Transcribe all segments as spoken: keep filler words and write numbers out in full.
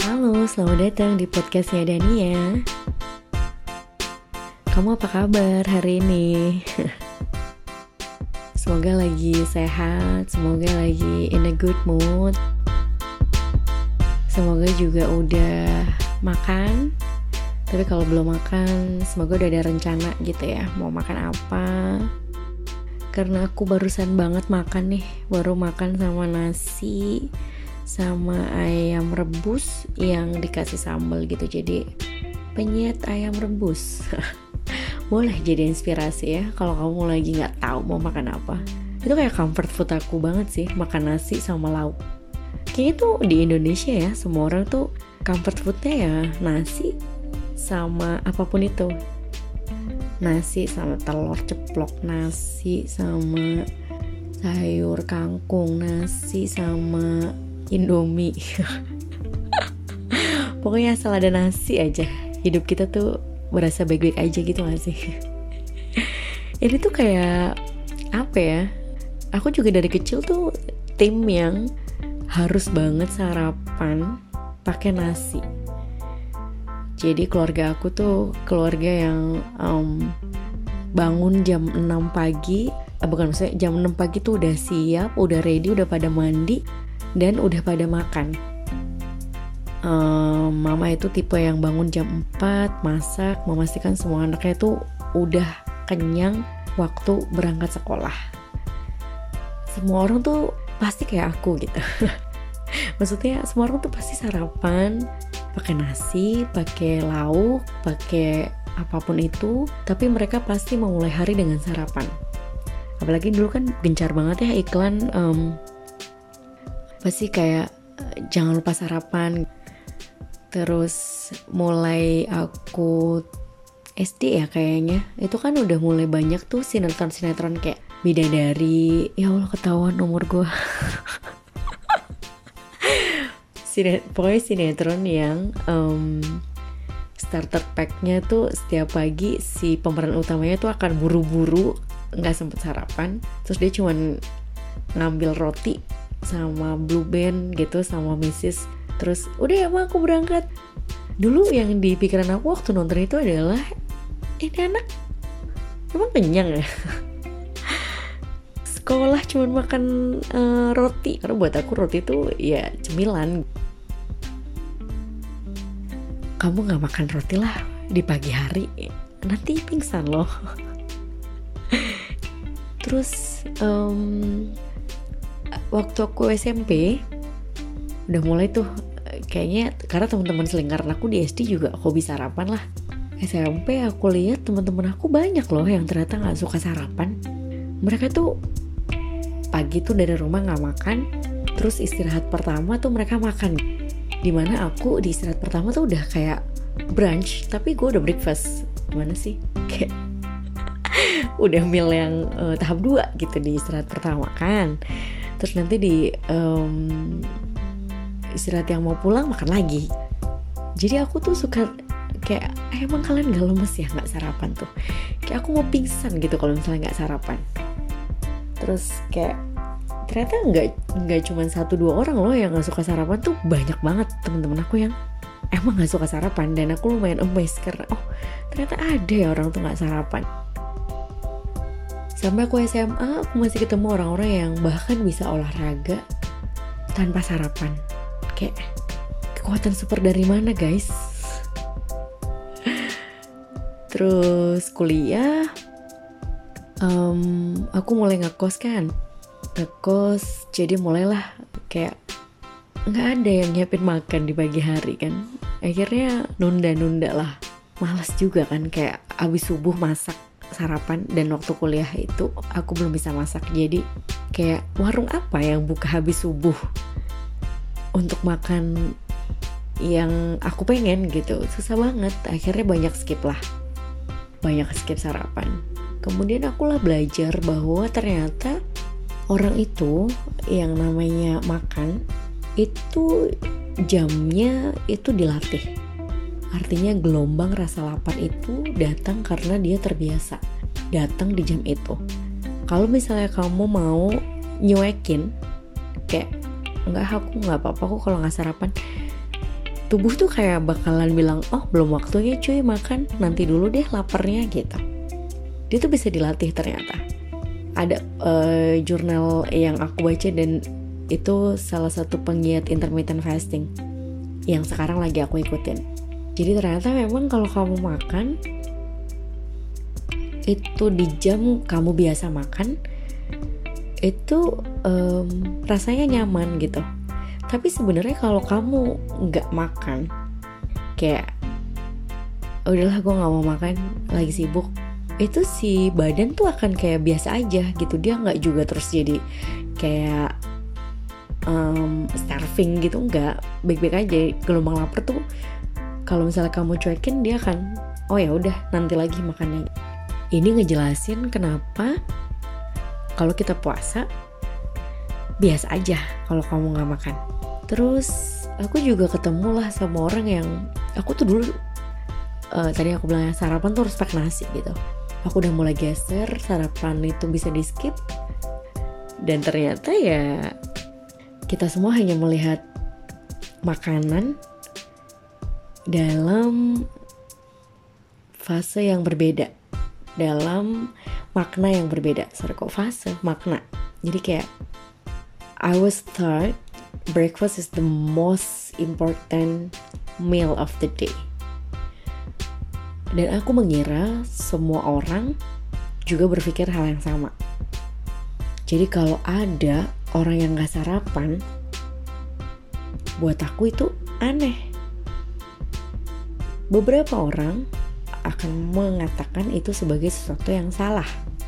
Halo, selamat datang di podcastnya Dania. Kamu apa kabar hari ini? Semoga lagi sehat, semoga lagi in a good mood. Semoga juga udah makan. Tapi kalau belum makan, semoga udah ada rencana gitu ya, mau makan apa. Karena aku barusan banget makan nih, baru makan sama nasi sama ayam rebus yang dikasih sambal gitu. Jadi penyet ayam rebus. Boleh jadi inspirasi ya kalau kamu lagi nggak tahu mau makan apa. Itu kayak comfort food aku banget sih, makan nasi sama lauk. Kayaknya tuh di Indonesia ya, semua orang tuh comfort foodnya ya nasi sama apapun itu. Nasi sama telur ceplok, nasi sama sayur kangkung, nasi sama Indomie. Pokoknya asal ada nasi aja, hidup kita tuh berasa baik-baik aja gitu gak sih? Ini tuh kayak apa ya, aku juga dari kecil tuh tim yang harus banget sarapan pakai nasi. Jadi keluarga aku tuh keluarga yang um, bangun jam enam pagi, eh, bukan maksudnya jam enam pagi tuh udah siap, udah ready, udah pada mandi dan udah pada makan. um, Mama itu tipe yang bangun jam empat, masak, memastikan semua anaknya tuh udah kenyang waktu berangkat sekolah. Semua orang tuh pasti kayak aku gitu. Maksudnya semua orang tuh pasti sarapan pakai nasi, pakai lauk, pakai apapun itu, tapi mereka pasti memulai hari dengan sarapan. Apalagi dulu kan gencar banget ya iklan um, pasti kayak jangan lupa sarapan. Terus mulai aku S D ya kayaknya, itu kan udah mulai banyak tuh sinetron-sinetron kayak Bidadari. Ya Allah, ketahuan umur gue. Sinet, pokoknya sinetron yang um, starter pack-nya tuh setiap pagi si pemeran utamanya tuh akan buru-buru, nggak sempet sarapan, terus dia cuman ngambil roti sama Blue Band gitu sama Missus, terus udah ya ma aku berangkat. Dulu yang di pikiran aku waktu nonton itu adalah ini anak emang kenyang ya. Sekolah cuman makan uh, roti, karena buat aku roti itu ya cemilan. Kamu gak makan roti lah di pagi hari, nanti pingsan loh. Terus um, waktu aku S M P udah mulai tuh kayaknya, karena teman-teman selingkaran aku di S D juga hobi sarapan lah. S M P aku lihat teman-teman aku banyak loh yang ternyata nggak suka sarapan. Mereka tuh pagi tuh dari rumah nggak makan, terus istirahat pertama tuh mereka makan. Dimana aku di istirahat pertama tuh udah kayak brunch, tapi gue udah breakfast. Gimana sih? Kayak udah meal yang uh, tahap dua gitu di istirahat pertama kan. Terus nanti di um, istirahat yang mau pulang makan lagi. Jadi aku tuh suka kayak, eh, emang kalian gak lemes ya gak sarapan tuh? Kayak aku mau pingsan gitu kalau misalnya gak sarapan. Terus kayak ternyata nggak nggak cuma satu dua orang loh yang nggak suka sarapan, tuh banyak banget teman-teman aku yang emang nggak suka sarapan. Dan aku lumayan amazed karena oh ternyata ada ya orang tuh nggak sarapan. Sampai aku S M A aku masih ketemu orang-orang yang bahkan bisa olahraga tanpa sarapan. Kayak kekuatan super dari mana guys? Terus kuliah, um, aku mulai ngekos kan. ngekos jadi mulailah kayak nggak ada yang nyiapin makan di pagi hari kan. Akhirnya nunda-nunda lah, malas juga kan, kayak abis subuh masak sarapan. Dan waktu kuliah itu aku belum bisa masak, jadi kayak warung apa yang buka habis subuh untuk makan yang aku pengen gitu, susah banget. Akhirnya banyak skip lah, banyak skip sarapan. Kemudian akulah belajar bahwa ternyata orang itu yang namanya makan itu jamnya itu dilatih. Artinya gelombang rasa lapar itu datang karena dia terbiasa datang di jam itu. Kalau misalnya kamu mau nyuekin kayak enggak, aku nggak apa-apa kok kalau nggak sarapan, tubuh tuh kayak bakalan bilang, oh belum waktunya cuy makan, nanti dulu deh laparnya gitu. Dia tuh bisa dilatih ternyata. Ada uh, jurnal yang aku baca dan itu salah satu penggiat intermittent fasting yang sekarang lagi aku ikutin. Jadi ternyata memang kalau kamu makan itu di jam kamu biasa makan, itu um, rasanya nyaman gitu. Tapi sebenarnya kalau kamu nggak makan, kayak udahlah gue nggak mau makan, lagi sibuk, itu si badan tuh akan kayak biasa aja gitu. Dia nggak juga terus jadi kayak um, starving gitu, nggak, baik-baik aja. Gelombang lapar tuh kalau misalnya kamu cuekin, dia akan oh ya udah nanti lagi makannya. Ini ngejelasin kenapa kalau kita puasa biasa aja kalau kamu nggak makan. Terus aku juga ketemu lah sama orang yang aku tuh dulu uh, tadi aku bilang sarapan tuh harus pakai nasi gitu. Aku udah mulai geser, sarapan itu bisa di skip. Dan ternyata ya kita semua hanya melihat makanan dalam fase yang berbeda, dalam makna yang berbeda. Sorry kok fase, makna. Jadi kayak I was taught breakfast is the most important meal of the day. Dan aku mengira semua orang juga berpikir hal yang sama. Jadi kalau ada orang yang gak sarapan, buat aku itu aneh. Beberapa orang akan mengatakan itu sebagai sesuatu yang salah.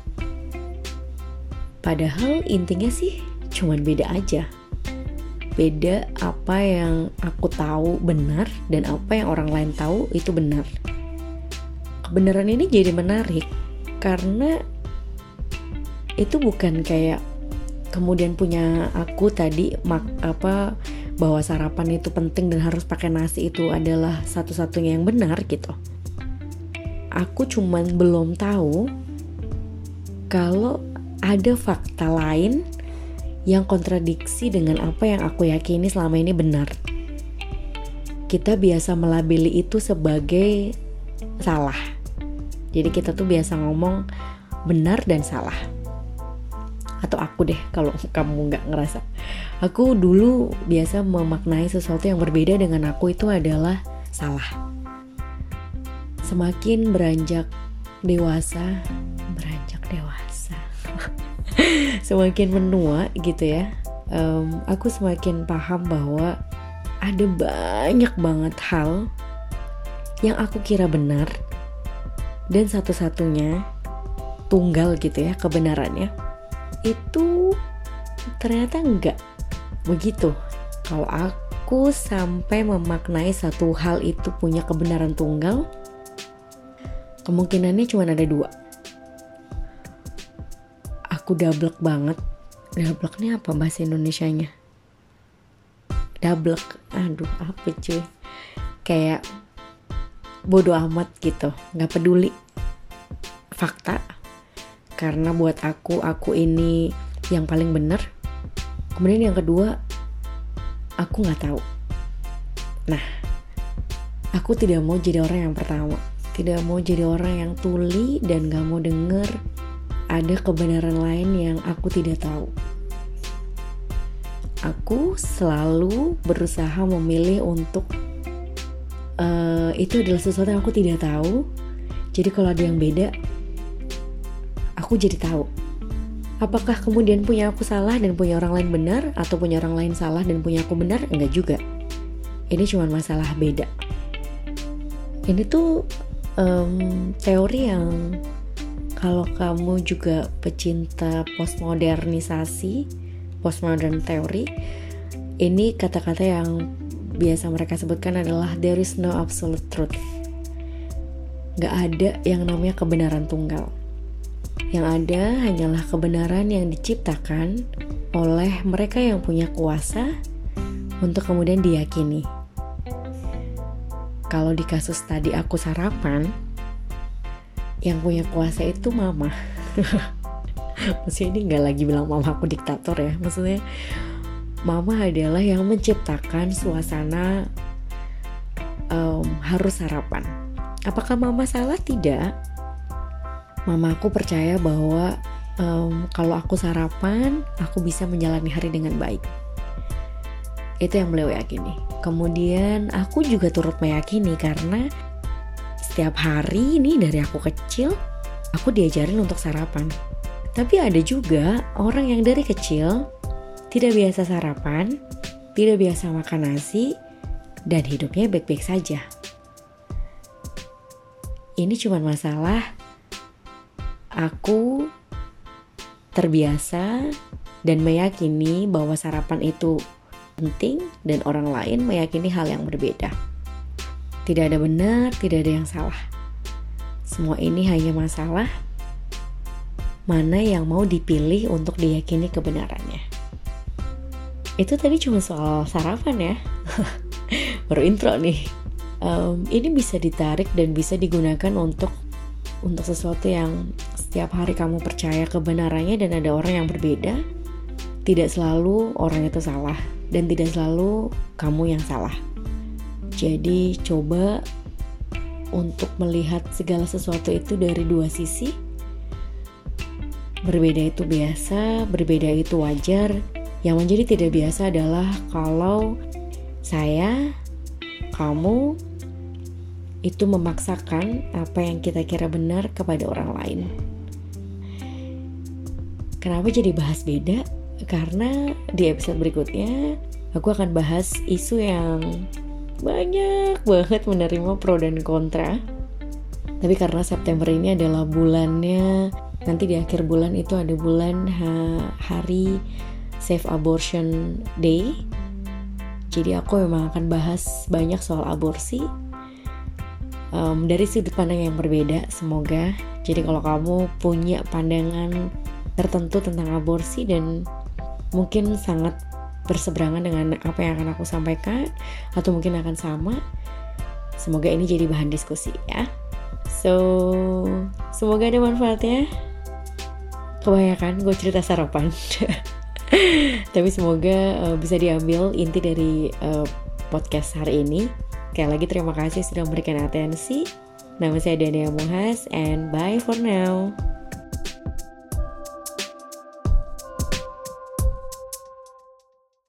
Padahal intinya sih cuman beda aja. Beda apa yang aku tahu benar dan apa yang orang lain tahu itu benar. Kebenaran ini jadi menarik karena itu bukan kayak kemudian punya aku tadi mak, apa bahwa sarapan itu penting dan harus pakai nasi itu adalah satu-satunya yang benar gitu. Aku cuman belum tahu kalau ada fakta lain yang kontradiksi dengan apa yang aku yakini selama ini benar. Kita biasa melabeli itu sebagai salah. Jadi kita tuh biasa ngomong benar dan salah. Atau aku deh kalau kamu gak ngerasa. Aku dulu biasa memaknai sesuatu yang berbeda dengan aku itu adalah salah. Semakin beranjak dewasa, beranjak dewasa, semakin menua gitu ya, um, aku semakin paham bahwa ada banyak banget hal yang aku kira benar dan satu-satunya tunggal gitu ya kebenarannya itu ternyata enggak begitu. Kalau aku sampai memaknai satu hal itu punya kebenaran tunggal, kemungkinannya cuma ada dua. Aku dablek banget. Dablek ini apa bahasa Indonesianya? Dablek, aduh apa cuy? Kayak bodo amat gitu, gak peduli fakta. Karena buat aku, aku ini yang paling benar. Kemudian yang kedua, aku gak tahu. Nah, aku tidak mau jadi orang yang pertama. Tidak mau jadi orang yang tuli dan gak mau denger ada kebenaran lain yang aku tidak tahu. Aku selalu berusaha memilih untuk uh, itu adalah sesuatu yang aku tidak tahu. Jadi kalau ada yang beda, aku jadi tahu. Apakah kemudian punya aku salah dan punya orang lain benar, atau punya orang lain salah dan punya aku benar? Enggak juga. Ini cuma masalah beda. Ini tuh um, teori yang kalau kamu juga pecinta postmodernisasi, postmodern teori, ini kata-kata yang biasa mereka sebutkan adalah there is no absolute truth. Gak ada yang namanya kebenaran tunggal. Yang ada hanyalah kebenaran yang diciptakan oleh mereka yang punya kuasa untuk kemudian diyakini. Kalau di kasus tadi aku sarapan, yang punya kuasa itu mama. Maksudnya ini gak lagi bilang mama aku diktator ya. Maksudnya mama adalah yang menciptakan suasana um, harus sarapan. Apakah mama salah? Tidak. Mama aku percaya bahwa um, kalau aku sarapan, aku bisa menjalani hari dengan baik. Itu yang beliau yakini. Kemudian aku juga turut meyakini karena setiap hari ini dari aku kecil, aku diajarin untuk sarapan. Tapi ada juga orang yang dari kecil tidak biasa sarapan, tidak biasa makan nasi, dan hidupnya baik-baik saja. Ini cuma masalah aku terbiasa dan meyakini bahwa sarapan itu penting dan orang lain meyakini hal yang berbeda. Tidak ada benar, tidak ada yang salah. Semua ini hanya masalah mana yang mau dipilih untuk diyakini kebenarannya. Itu tadi cuma soal sarapan ya. Baru intro nih. Um, ini bisa ditarik dan bisa digunakan untuk untuk sesuatu yang setiap hari kamu percaya kebenarannya dan ada orang yang berbeda. Tidak selalu orang itu salah dan tidak selalu kamu yang salah. Jadi coba untuk melihat segala sesuatu itu dari dua sisi. Berbeda itu biasa, berbeda itu wajar. Yang menjadi tidak biasa adalah kalau saya, kamu itu memaksakan apa yang kita kira benar kepada orang lain. Kenapa jadi bahas beda? Karena di episode berikutnya aku akan bahas isu yang banyak banget menerima pro dan kontra. Tapi karena September ini adalah bulannya, nanti di akhir bulan itu ada bulan ha- hari Safe Abortion Day. Jadi aku memang akan bahas banyak soal aborsi um, dari sudut pandang yang berbeda, semoga. Jadi kalau kamu punya pandangan tertentu tentang aborsi dan mungkin sangat berseberangan dengan apa yang akan aku sampaikan, atau mungkin akan sama, semoga ini jadi bahan diskusi ya. So, semoga ada manfaatnya. Kebanyakan gue cerita sarapan. Tapi semoga uh, bisa diambil inti dari uh, podcast hari ini. Sekali lagi terima kasih sudah memberikan atensi. Nama saya Dania Muhas and bye for now.